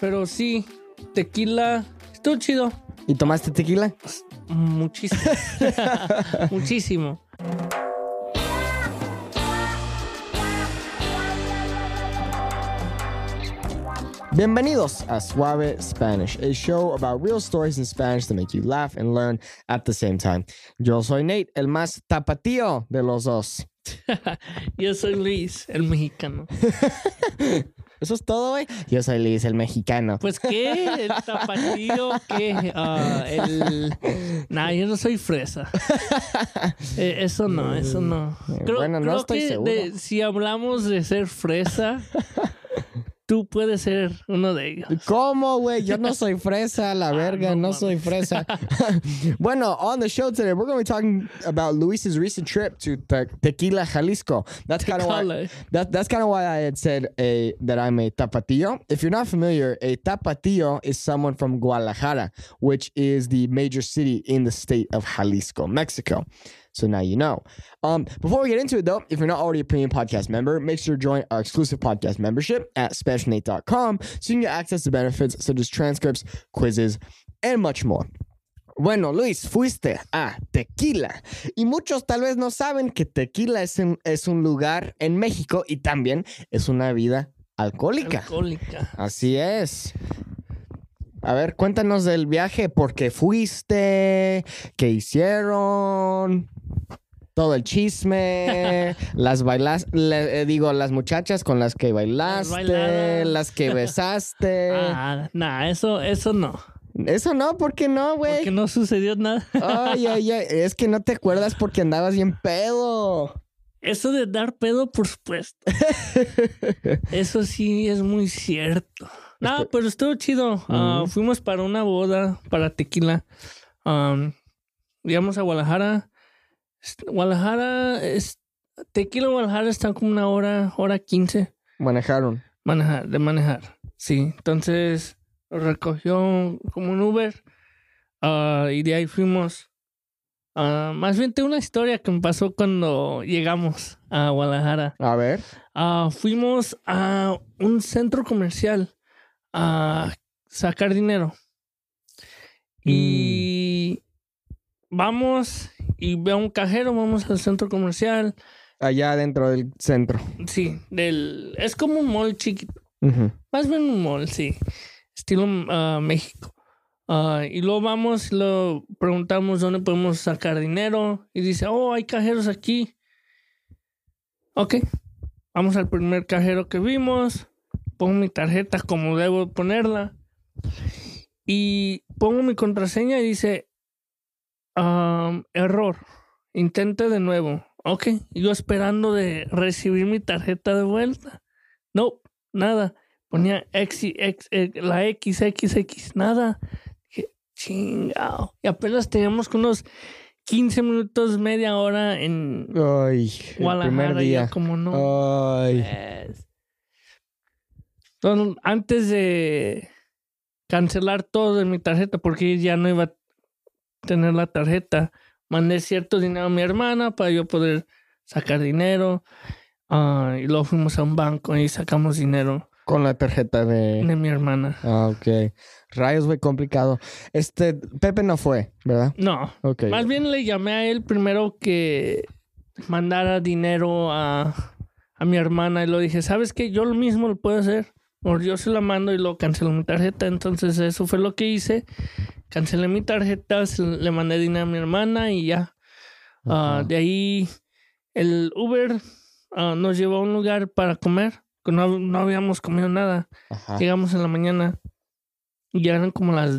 Pero sí, tequila, estuvo chido. ¿Y tomaste tequila? Muchísimo. Muchísimo. Bienvenidos a Suave Spanish, a show about real stories in Spanish that make you laugh and learn at the same time. Yo soy Nate, el más tapatío de los dos. Yo soy Luis, el mexicano. ¿Eso es todo, güey? Yo soy Luis, el mexicano. Pues, ¿qué? ¿El tapatío? ¿Qué? Nah, yo no soy fresa. Eso no. Bueno, no estoy seguro. Si hablamos de ser fresa, tú puedes ser uno de ellos. ¿Cómo, güey? Yo no soy fresa, la verga, no soy fresa. Bueno, on the show today, we're going to be talking about Luis's recent trip to Tequila, Jalisco. That's kind of why. That's kind of why I had said that I'm a tapatío. If you're not familiar, a tapatío is someone from Guadalajara, which is the major city in the state of Jalisco, Mexico. So now you know. Before we get into it, though, if you're not already a premium podcast member, make sure to join our exclusive podcast membership at SpanishNate.com so you can get access to benefits such as transcripts, quizzes, and much more. Bueno, Luis, fuiste a Tequila. Y muchos tal vez no saben que Tequila es un lugar en México y también es una bebida alcohólica. Así es. A ver, cuéntanos del viaje, por qué fuiste, qué hicieron, todo el chisme, las muchachas con las que bailaste, las que besaste. Eso no. Eso no, ¿por qué no, güey? Porque no sucedió nada. Ay, es que no te acuerdas porque andabas bien pedo. Eso de dar pedo, por supuesto. Eso sí es muy cierto. No, pero estuvo chido. Fuimos para una boda, para Tequila. Llegamos a Guadalajara. Tequila, Guadalajara están como una hora 15. De manejar. Sí, entonces nos recogió como un Uber. Y de ahí fuimos. Más bien tengo una historia que me pasó cuando llegamos a Guadalajara. A ver. Fuimos a un centro comercial a sacar dinero. Y vamos y veo un cajero, vamos al centro comercial. Allá dentro del centro. Sí, es como un mall chiquito. Uh-huh. Más bien un mall, sí. Estilo México. Y luego vamos y lo preguntamos dónde podemos sacar dinero. Y dice, hay cajeros aquí. Ok. Vamos al primer cajero que vimos. Pongo mi tarjeta como debo ponerla. Y pongo mi contraseña y dice, error. Intente de nuevo. Ok. Y yo esperando de recibir mi tarjeta de vuelta. No, nada. Ponía la XXX. Nada. Chingao. Y apenas teníamos unos 15 minutos, media hora en Guadalajara. El primer día. Como no. Entonces, antes de cancelar todo de mi tarjeta, porque ya no iba a tener la tarjeta, mandé cierto dinero a mi hermana para yo poder sacar dinero. Y luego fuimos a un banco y sacamos dinero. Con la tarjeta de mi hermana. Ok. Rayos, güey, complicado. Pepe no fue, ¿verdad? No. Okay. Más bien le llamé a él primero que mandara dinero a mi hermana y lo dije, ¿sabes qué? Yo lo mismo lo puedo hacer. O yo se la mando y luego cancelo mi tarjeta. Entonces eso fue lo que hice. Cancelé mi tarjeta, le mandé dinero a mi hermana y ya. De ahí el Uber nos llevó a un lugar para comer. No habíamos comido nada. Ajá. Llegamos en la mañana y ya eran como las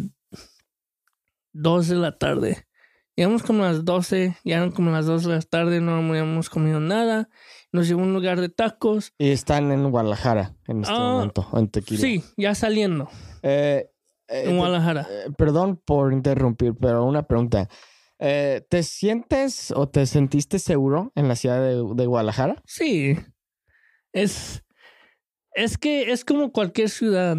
2 de la tarde. Llegamos como a las 12, ya eran como las 2 de la tarde, no habíamos comido nada. Nos llevó a un lugar de tacos. Y están en Guadalajara en este momento, en Tequila. Sí, ya saliendo. En Guadalajara. Perdón por interrumpir, pero una pregunta. ¿Te sientes o te sentiste seguro en la ciudad de Guadalajara? Sí. Es que es como cualquier ciudad.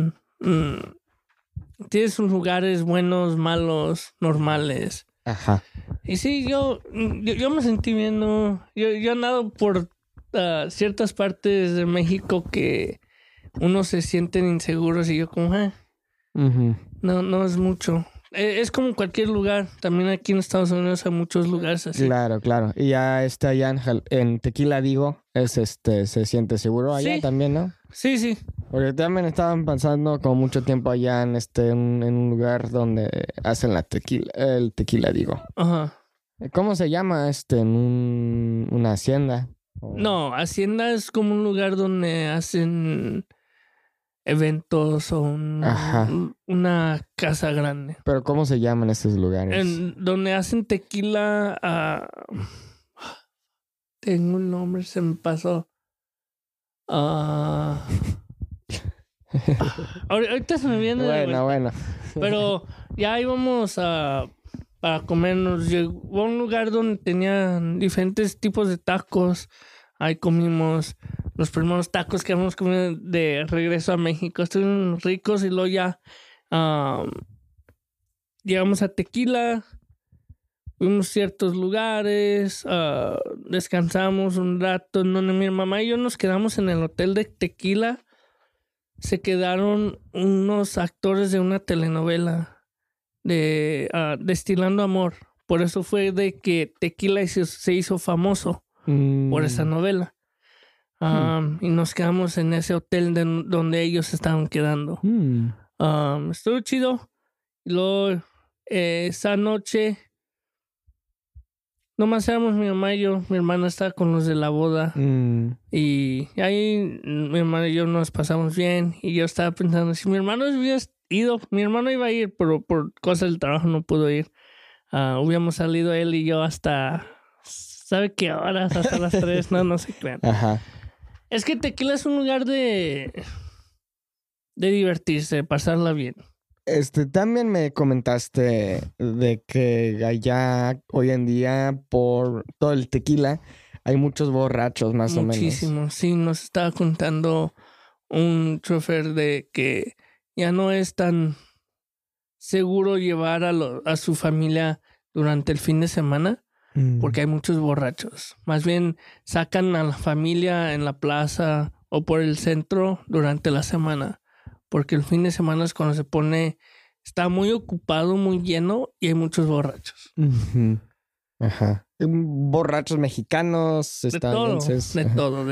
Tiene sus lugares buenos, malos, normales. Ajá. Y sí, yo me sentí bien, ¿no? Yo he andado por ciertas partes de México que uno se sienten inseguros y yo como, No es mucho. Es como cualquier lugar. También aquí en Estados Unidos hay muchos lugares así. Claro. Y ya allá en Tequila, digo, se siente seguro allá también, ¿no? Sí. Porque también estaban pensando como mucho tiempo allá en en un lugar donde hacen el tequila, digo. Ajá. ¿Cómo se llama en una hacienda? No, hacienda es como un lugar donde hacen eventos o una casa grande. ¿Pero cómo se llaman estos lugares? Donde hacen tequila. Tengo un nombre, se me pasó. Ahorita se me viene. Bueno. Pero ya íbamos para comer. Nos llegó a un lugar donde tenían diferentes tipos de tacos. Ahí comimos los primeros tacos que habíamos comido de regreso a México. Estuvieron ricos y luego ya llegamos a Tequila. Fuimos a ciertos lugares, descansamos un rato, donde mi mamá y yo nos quedamos en el hotel de Tequila. Se quedaron unos actores de una telenovela de Destilando Amor. Por eso fue de que Tequila se hizo famoso por esa novela. Y nos quedamos en ese hotel donde ellos estaban quedando. Estuvo chido. Y luego esa noche nomás éramos mi mamá y yo. Mi hermana estaba con los de la boda. Y ahí mi hermana y yo nos pasamos bien. Y yo estaba pensando, si mi hermano hubiera ido, mi hermano iba a ir, pero por cosas del trabajo no pudo ir. Hubiéramos salido él y yo hasta, ¿sabe qué horas? Hasta las 3, no se crean. Ajá. Es que Tequila es un lugar de divertirse, de pasarla bien. También me comentaste de que allá hoy en día por todo el tequila hay muchos borrachos más o menos. Muchísimos, sí, nos estaba contando un chofer de que ya no es tan seguro llevar a su familia durante el fin de semana porque hay muchos borrachos. Más bien sacan a la familia en la plaza o por el centro durante la semana. Porque el fin de semana es cuando está muy ocupado, muy lleno y hay muchos borrachos. Ajá. Borrachos mexicanos, estadounidenses. De todo.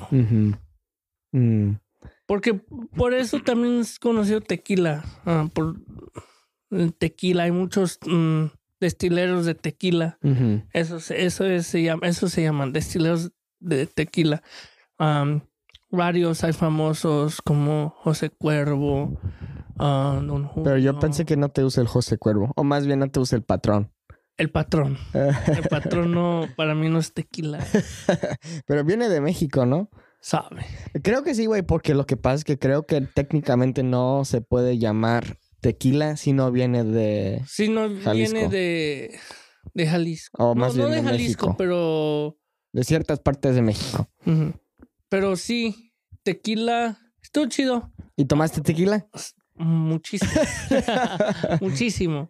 Porque por eso también es conocido Tequila. Por el tequila hay muchos destileros de tequila. Eso se llaman destileros de tequila. Varios hay famosos como José Cuervo, Don Julio. Pero yo pensé que no te usa el José Cuervo, o más bien no te usa el patrón. El patrón. El patrón no, para mí no es tequila. Pero viene de México, ¿no? Sabe. Creo que sí, güey, porque lo que pasa es que creo que técnicamente no se puede llamar tequila si no viene de Si no Jalisco. Viene de Jalisco. O más bien no de Jalisco, México. Pero de ciertas partes de México. Pero sí, tequila, estuvo chido. ¿Y tomaste tequila? Muchísimo. Muchísimo.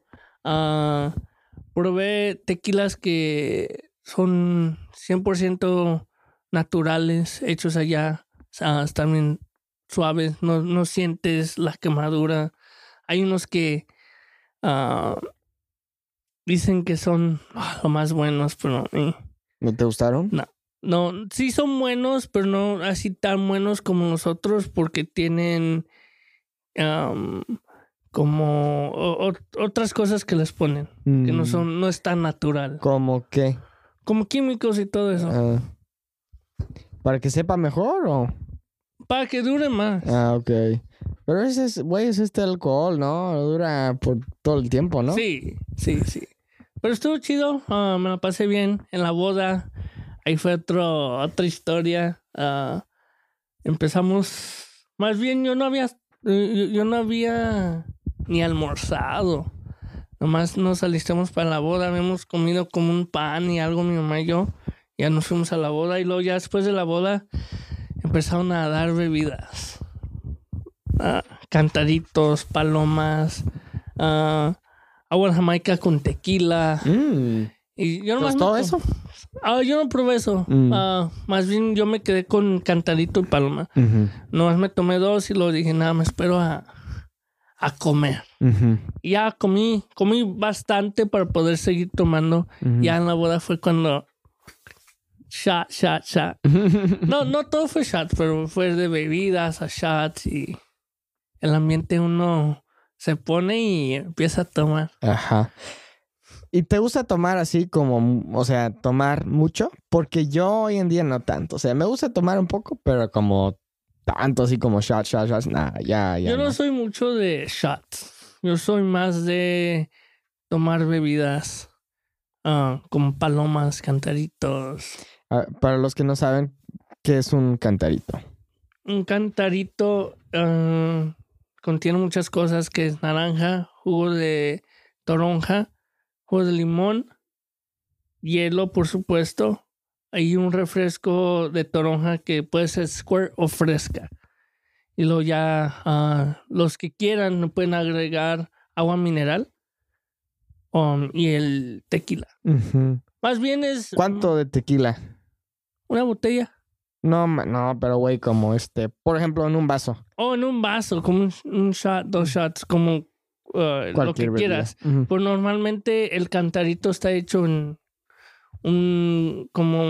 Probé tequilas que son 100% naturales, hechos allá. Están bien suaves, no sientes la quemadura. Hay unos que dicen que son lo más buenos, pero... ¿No te gustaron? No, sí son buenos, pero no así tan buenos como nosotros porque tienen como otras cosas que les ponen que no es tan natural. ¿Cómo qué? Como químicos y todo eso. ¿Para que sepa mejor o...? Para que dure más. Ok. Pero ese es alcohol, ¿no? Dura por todo el tiempo, ¿no? Sí. Pero estuvo chido, me la pasé bien en la boda. Ahí fue otra historia. Empezamos... Más bien yo no había ni almorzado. Nomás nos alistamos para la boda. Habíamos comido como un pan y algo mi mamá y yo. Ya nos fuimos a la boda. Y luego ya después de la boda empezaron a dar bebidas. Cantaritos, palomas, agua de Jamaica con tequila. Y yo nomás ¿Todo eso? Yo no probé eso. Más bien yo me quedé con cantarito y paloma. Nomás me tomé 2 y luego dije, nada, me espero a a comer. Ya comí bastante para poder seguir tomando. Ya en la boda fue cuando shot. No todo fue shot, pero fue de bebidas a shots y el ambiente uno se pone y empieza a tomar. Ajá. ¿Y te gusta tomar así como, o sea, tomar mucho? Porque yo hoy en día no tanto. O sea, me gusta tomar un poco, pero como tanto así como shots, nada, ya. Yo no soy mucho de shots. Yo soy más de tomar bebidas como palomas, cantaritos. Para los que no saben, ¿qué es un cantarito? Un cantarito contiene muchas cosas, que es naranja, jugo de toronja, jugo de limón, hielo, por supuesto. Hay un refresco de toronja que puede ser squirt o fresca. Y luego ya los que quieran pueden agregar agua mineral y el tequila. Más bien es... ¿Cuánto de tequila? Una botella. No, pero güey, como por ejemplo, en un vaso. En un vaso, como un shot, 2 shots, como lo que quieras. Pues normalmente el cantarito está hecho en un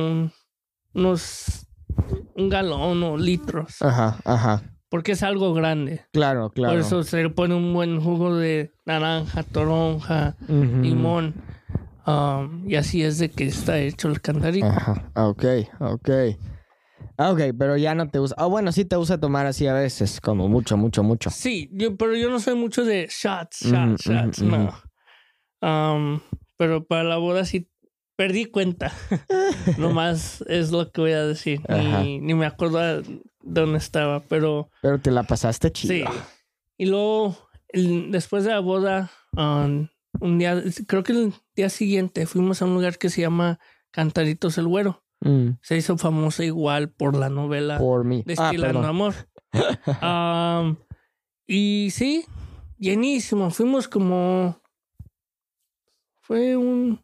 galón o litros. Ajá. Porque es algo grande. Claro. Por eso se le pone un buen jugo de naranja, toronja, limón. Y así es de que está hecho el cantarito. Ajá, ok. Ok, pero ya no te gusta. Bueno, sí te gusta tomar así a veces, como mucho. Sí, pero yo no soy mucho de shots, no. Pero para la boda sí perdí cuenta. Nomás es lo que voy a decir. Ni me acuerdo dónde estaba, pero... Pero te la pasaste chido. Sí. Y luego, después de la boda, un día, creo que el día siguiente, fuimos a un lugar que se llama Cantaritos el Güero. Se hizo famosa igual por la novela por mí. Destilando Amor. Y sí, llenísimo. Fuimos como... Fue un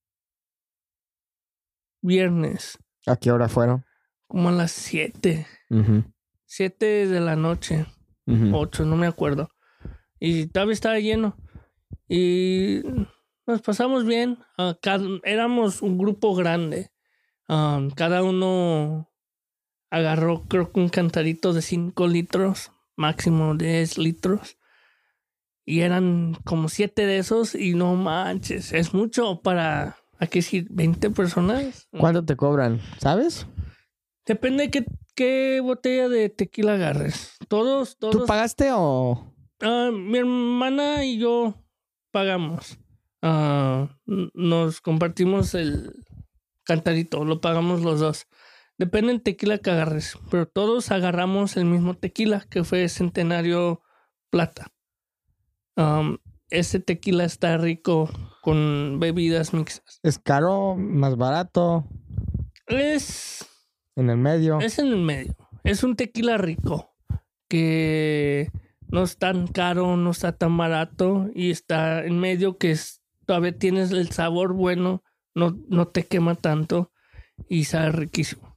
viernes. ¿A qué hora fueron? Como a las 7. 7 de la noche. 8, no me acuerdo. Y todavía estaba lleno. Y nos pasamos bien. Éramos un grupo grande. Cada uno agarró, creo que un cantarito de 5 litros, máximo 10 litros. Y eran como 7 de esos. Y no manches, es mucho para, ¿a qué decir? 20 personas. ¿Cuánto te cobran? ¿Sabes? Depende de qué botella de tequila agarres. Todos. ¿Tú pagaste o...? Mi hermana y yo pagamos. Nos compartimos el cantarito, lo pagamos los dos. Depende del tequila que agarres, pero todos agarramos el mismo tequila, que fue Centenario Plata. Ese tequila está rico con bebidas mixtas. ¿Es caro? ¿Más barato? Es ¿En el medio? Es en el medio. Es un tequila rico que no es tan caro, no está tan barato y está en medio, que todavía tienes el sabor bueno, no te quema tanto y sabe riquísimo.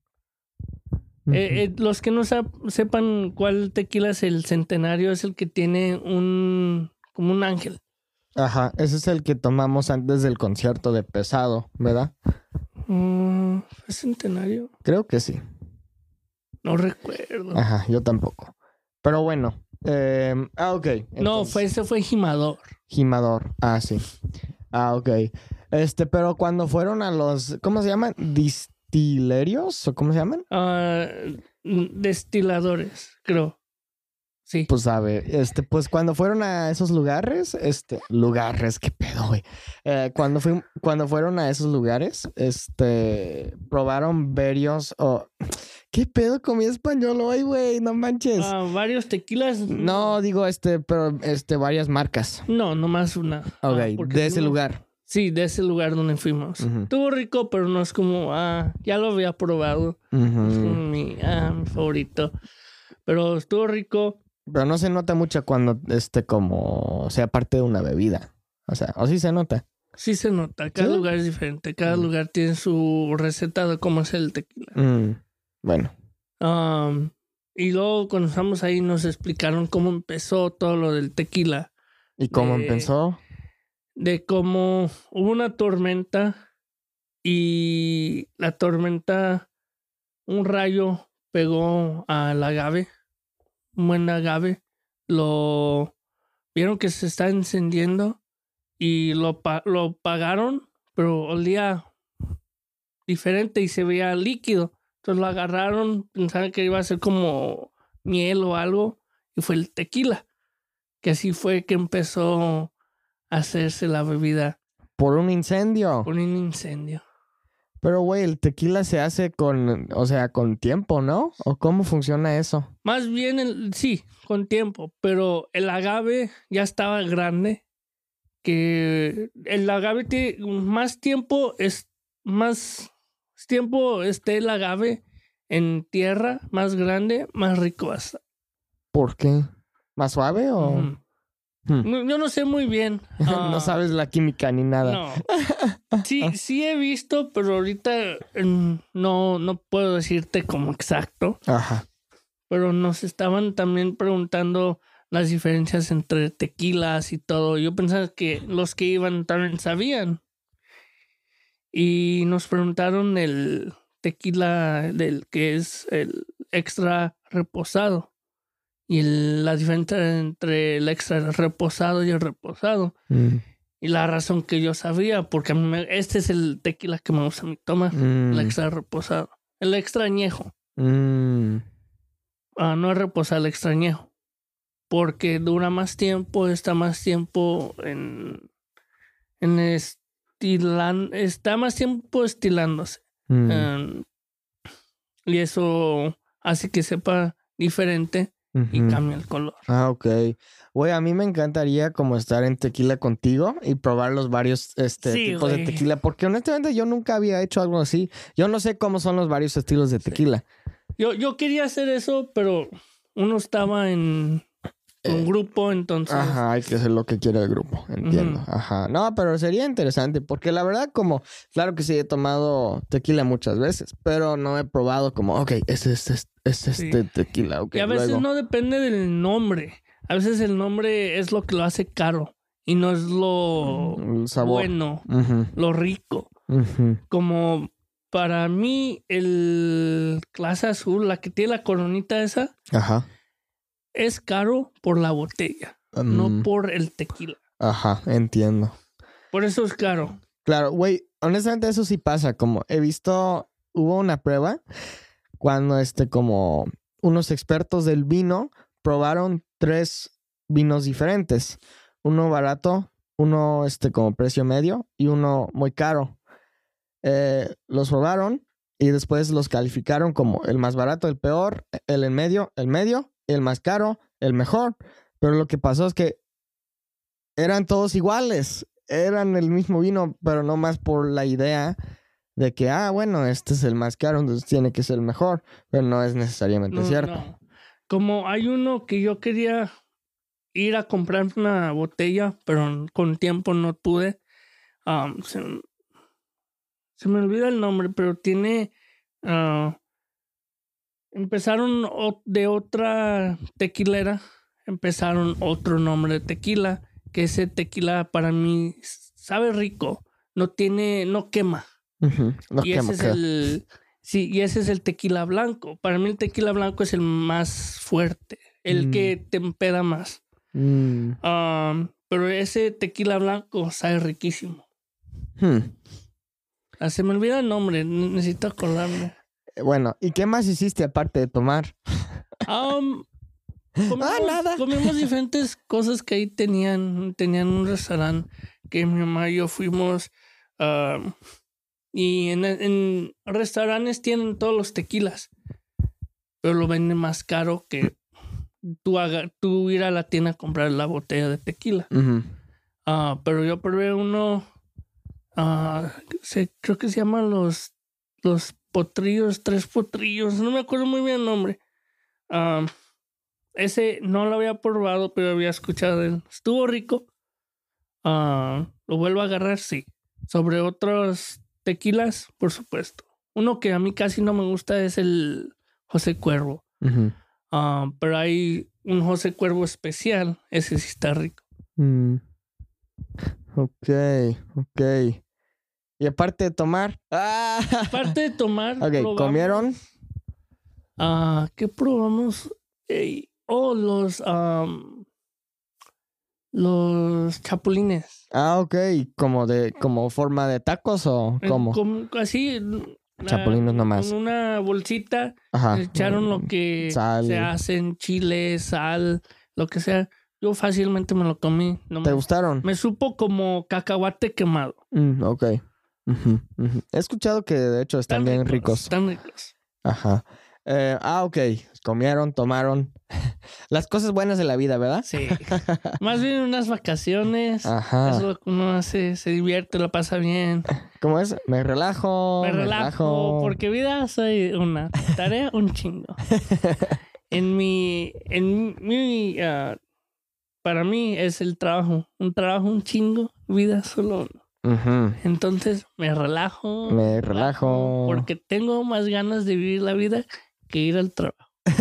Los que no sepan cuál tequila es el Centenario, es el que tiene como un ángel. Ajá, ese es el que tomamos antes del concierto de Pesado, ¿verdad? ¿Es Centenario? Creo que sí. No recuerdo. Ajá, yo tampoco. Pero bueno. Ok. Entonces, no, ese fue Jimador. Jimador. Sí. Ok. Pero cuando fueron a los... ¿Cómo se llaman? ¿Distilerios? ¿O cómo se llaman? Destiladores, creo. Sí. Pues a ver, pues cuando fueron a esos lugares, qué pedo, güey. Cuando fueron a esos lugares, probaron varios, ¿qué pedo comí español hoy, güey? No manches. Varios tequilas. No, digo, pero varias marcas. No, nomás una. Ok, de ese lugar. Sí, de ese lugar donde fuimos. Estuvo rico, pero no es como, ya lo había probado. Es como mi favorito. Pero estuvo rico. Pero no se nota mucho cuando como sea parte de una bebida. O sea, ¿o sí se nota? Sí se nota. Cada lugar es diferente. Cada lugar tiene su receta de cómo hacer el tequila. Bueno. Y luego cuando estamos ahí nos explicaron cómo empezó todo lo del tequila. ¿Y cómo empezó? De cómo hubo una tormenta y la tormenta, un rayo pegó al agave, un buen agave. Lo vieron que se está encendiendo y lo apagaron, pero olía diferente y se veía líquido. Entonces lo agarraron, pensaban que iba a ser como miel o algo, y fue el tequila. Que así fue que empezó a hacerse la bebida. ¿Por un incendio? Por un incendio. Pero, güey, el tequila se hace con tiempo, ¿no? ¿O cómo funciona eso? Más bien, sí, con tiempo, pero el agave ya estaba grande. Que el agave tiene más tiempo, esté el agave en tierra, más grande, más rico hasta. ¿Por qué? ¿Más suave o...? Yo no sé muy bien. No sabes la química ni nada. No. Sí he visto, pero ahorita no puedo decirte como exacto. Ajá. Pero nos estaban también preguntando las diferencias entre tequilas y todo. Yo pensaba que los que iban también sabían. Y nos preguntaron el tequila del que es el extra reposado. Y la diferencia entre el extra reposado y el reposado. Y la razón que yo sabía, porque a mí este es el tequila que me gusta a mí tomar. El extra reposado. El extra añejo. No es reposado, el extra añejo. Porque dura más tiempo, está más tiempo está más tiempo estilándose. Y eso hace que sepa diferente. Y cambia el color. Ah, ok. Güey, a mí me encantaría como estar en tequila contigo y probar los varios tipos de tequila. Porque honestamente yo nunca había hecho algo así. Yo no sé cómo son los varios estilos de tequila. Yo quería hacer eso, pero uno estaba en un grupo, entonces... Ajá, hay que hacer lo que quiere el grupo, entiendo. Ajá. No, pero sería interesante porque la verdad claro que sí he tomado tequila muchas veces, pero no he probado como, ok, este tequila. Okay, y a veces luego... no depende del nombre. A veces el nombre es lo que lo hace caro y no es lo bueno, lo rico. Como para mí el clase azul, la que tiene la coronita esa... Ajá. Es caro por la botella, no por el tequila. Ajá, entiendo. Por eso es caro. Claro, güey, honestamente eso sí pasa. Como he visto, hubo una prueba cuando como unos expertos del vino probaron 3 vinos diferentes. Uno barato, uno como precio medio y uno muy caro. Los probaron y después los calificaron como el más barato, el peor, el en medio, el medio, el más caro, el mejor. Pero lo que pasó es que eran todos iguales. Eran el mismo vino, pero no más por la idea de que, bueno, este es el más caro, entonces tiene que ser el mejor. Pero no es necesariamente cierto. No. Como hay uno que yo quería ir a comprar una botella, pero con tiempo no pude. Se me olvida el nombre, pero tiene... empezaron de otra tequilera, empezaron otro nombre de tequila, que ese tequila para mí sabe rico, no quema. No y quema, ese es el tequila blanco. Para mí el tequila blanco es el más fuerte, el que te empeda más. Pero ese tequila blanco sabe riquísimo. Se me olvida el nombre, necesito acordarme. Bueno, ¿y qué más hiciste aparte de tomar? Nada. Comimos diferentes cosas que ahí tenían un restaurante que mi mamá y yo fuimos. Y en restaurantes tienen todos los tequilas, pero lo venden más caro que tú ir a la tienda a comprar la botella de tequila. Pero yo probé uno, creo que se llaman los potrillos, 3 potrillos, no me acuerdo muy bien el nombre. Ese no lo había probado, pero había escuchado de él. Estuvo rico. Lo vuelvo a agarrar, sí. Sobre otros tequilas, por supuesto. Uno que a mí casi no me gusta es el José Cuervo. Pero hay un José Cuervo especial. Ese sí está rico. Ok. Y aparte de tomar... Aparte de tomar... Ok, probamos, ¿comieron? ¿Qué probamos? Los chapulines. Ok. ¿Como forma de tacos o cómo? Así... Chapulines nomás. Con una bolsita. Ajá. Echaron lo que Sal. se hacen, chile, sal, lo que sea. Yo fácilmente me lo comí. ¿Te gustaron? Me supo como cacahuate quemado. Ok. He escuchado que de hecho están bien ricos. Están ricos. Ajá. Ok. Comieron, tomaron. Las cosas buenas de la vida, ¿verdad? Sí. Más bien unas vacaciones. Ajá. Eso es lo que uno hace, se divierte, lo pasa bien. ¿Cómo es? Me relajo. Porque vida soy una tarea, un chingo. Para mí es el trabajo. Un trabajo, un chingo. Vida solo uno. Entonces me relajo. Porque tengo más ganas de vivir la vida que ir al trabajo.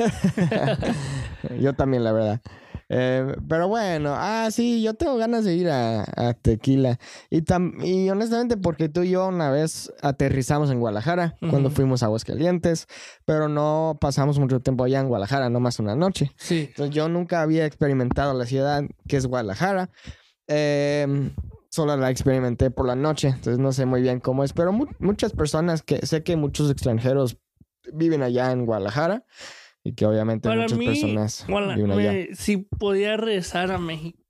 Yo también, la verdad. Pero bueno, sí, yo tengo ganas de ir a Tequila. Y honestamente, porque tú y yo una vez aterrizamos en Guadalajara cuando fuimos a Aguascalientes, pero no pasamos mucho tiempo allá en Guadalajara, nomás una noche. Sí. Entonces yo nunca había experimentado la ciudad que es Guadalajara. Solo la experimenté por la noche, entonces no sé muy bien cómo es. Pero muchas personas sé que muchos extranjeros viven allá en Guadalajara. Y que obviamente para muchas mí, personas viven allá. Si podía regresar a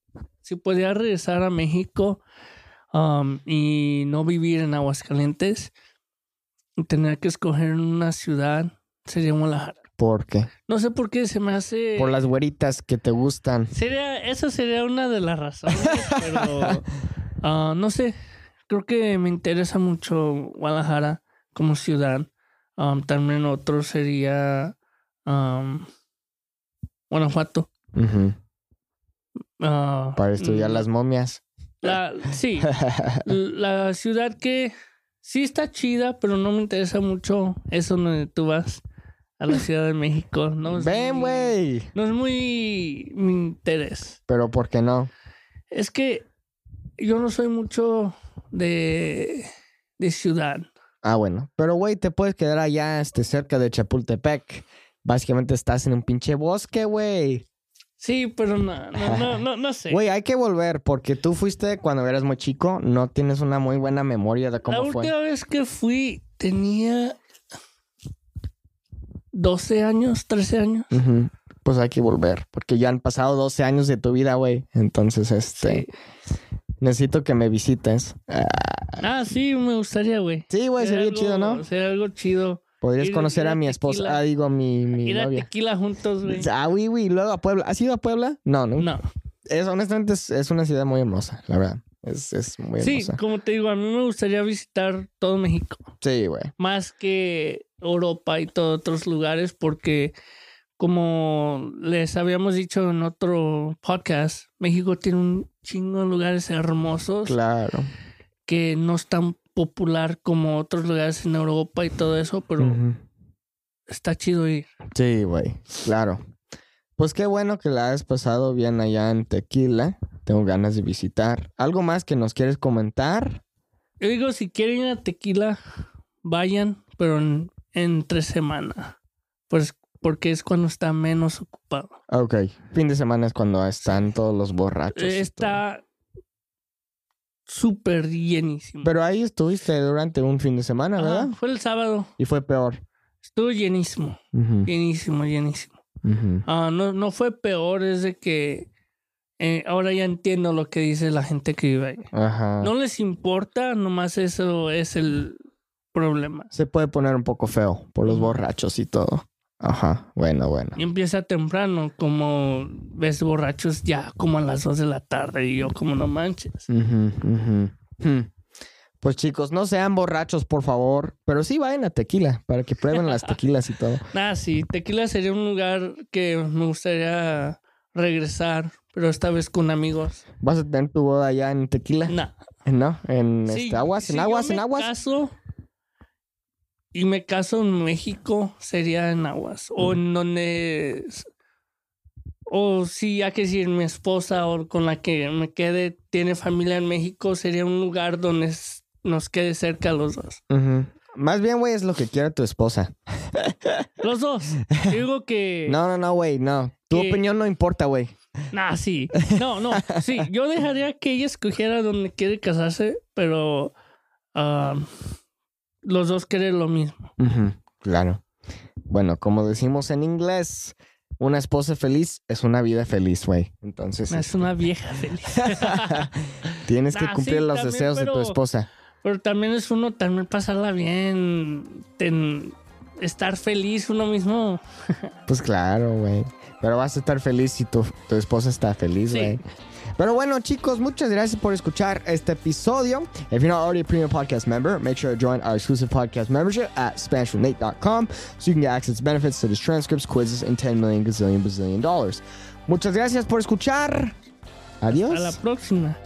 México, y no vivir en Aguascalientes, y tener que escoger una ciudad, sería Guadalajara. ¿Por qué? No sé por qué se me hace... Por las güeritas que te gustan. Esa sería una de las razones, pero no sé. Creo que me interesa mucho Guadalajara como ciudad. También otro sería... Guanajuato. Para estudiar las momias. Sí. La ciudad que sí está chida, pero no me interesa mucho eso donde tú vas a la Ciudad de México. Ven, güey. No es muy mi interés. ¿Pero por qué no? Es que yo no soy mucho de ciudad. Bueno. Pero, güey, te puedes quedar allá cerca de Chapultepec. Básicamente estás en un pinche bosque, güey. Sí, pero no sé. Güey, hay que volver porque tú fuiste cuando eras muy chico. No tienes una muy buena memoria de cómo fue. La última vez que fui tenía 12 años, 13 años. Pues hay que volver porque ya han pasado 12 años de tu vida, güey. Entonces, sí. Necesito que me visites. Sí, me gustaría, güey. Sí, güey, sería chido, ¿no? Sería algo chido. Podrías conocer a mi esposa. Mi ir novia. Ir a Tequila juntos, güey. Oui. Luego a Puebla. ¿Has ido a Puebla? No. Honestamente, es una ciudad muy hermosa, la verdad. Es muy hermosa. Sí, como te digo, a mí me gustaría visitar todo México. Sí, güey. Más que Europa y todos otros lugares, porque como les habíamos dicho en otro podcast, México tiene un chingo de lugares hermosos. Claro. Que no están popular como otros lugares en Europa y todo eso, pero está chido ir. Sí, güey, claro. Pues qué bueno que la has pasado bien allá en Tequila. Tengo ganas de visitar. ¿Algo más que nos quieres comentar? Yo digo, si quieren ir a Tequila, vayan, pero entre semana. Pues porque es cuando está menos ocupado. Ok, fin de semana es cuando están todos los borrachos. Está súper llenísimo. Pero ahí estuviste durante un fin de semana, ¿verdad? Fue el sábado. Y fue peor. Estuvo llenísimo. Llenísimo. No fue peor, es de que ahora ya entiendo lo que dice la gente que vive ahí. Ajá. No les importa, nomás eso es el problema. Se puede poner un poco feo por los borrachos y todo. Ajá, bueno. Y empieza temprano, como ves borrachos ya como a las 2 de la tarde y yo como no manches. Pues chicos, no sean borrachos, por favor, pero sí vayan a Tequila para que prueben las tequilas y todo. Sí, Tequila sería un lugar que me gustaría regresar, pero esta vez con amigos. ¿Vas a tener tu boda allá en Tequila? No. ¿No? ¿En sí, Aguas? ¿En Aguas? Caso, y me caso en México, sería en Aguas. O en donde... O si hay que decir mi esposa o con la que me quede tiene familia en México, sería un lugar donde nos quede cerca los dos. Más bien, güey, es lo que quiera tu esposa. Los dos. Digo que... No, güey, no. Tu opinión no importa, güey. Nah, sí. No, sí. Yo dejaría que ella escogiera donde quiere casarse, pero los dos quieren lo mismo. Claro. Bueno, como decimos en inglés, una esposa feliz es una vida feliz, güey. Entonces... Es una vieja feliz. Tienes que cumplir los deseos de tu esposa. Pero también es uno también pasarla bien, estar feliz uno mismo. Pues claro, güey. Pero vas a estar feliz si tu esposa está feliz, güey. Sí. Pero bueno, chicos, muchas gracias por escuchar este episodio. If you're not already a premium podcast member, make sure to join our exclusive podcast membership at SpanishWithNate.com so you can get access to benefits such as transcripts, quizzes, and 10 million gazillion bazillion dollars. Muchas gracias por escuchar. Adiós. Hasta la próxima.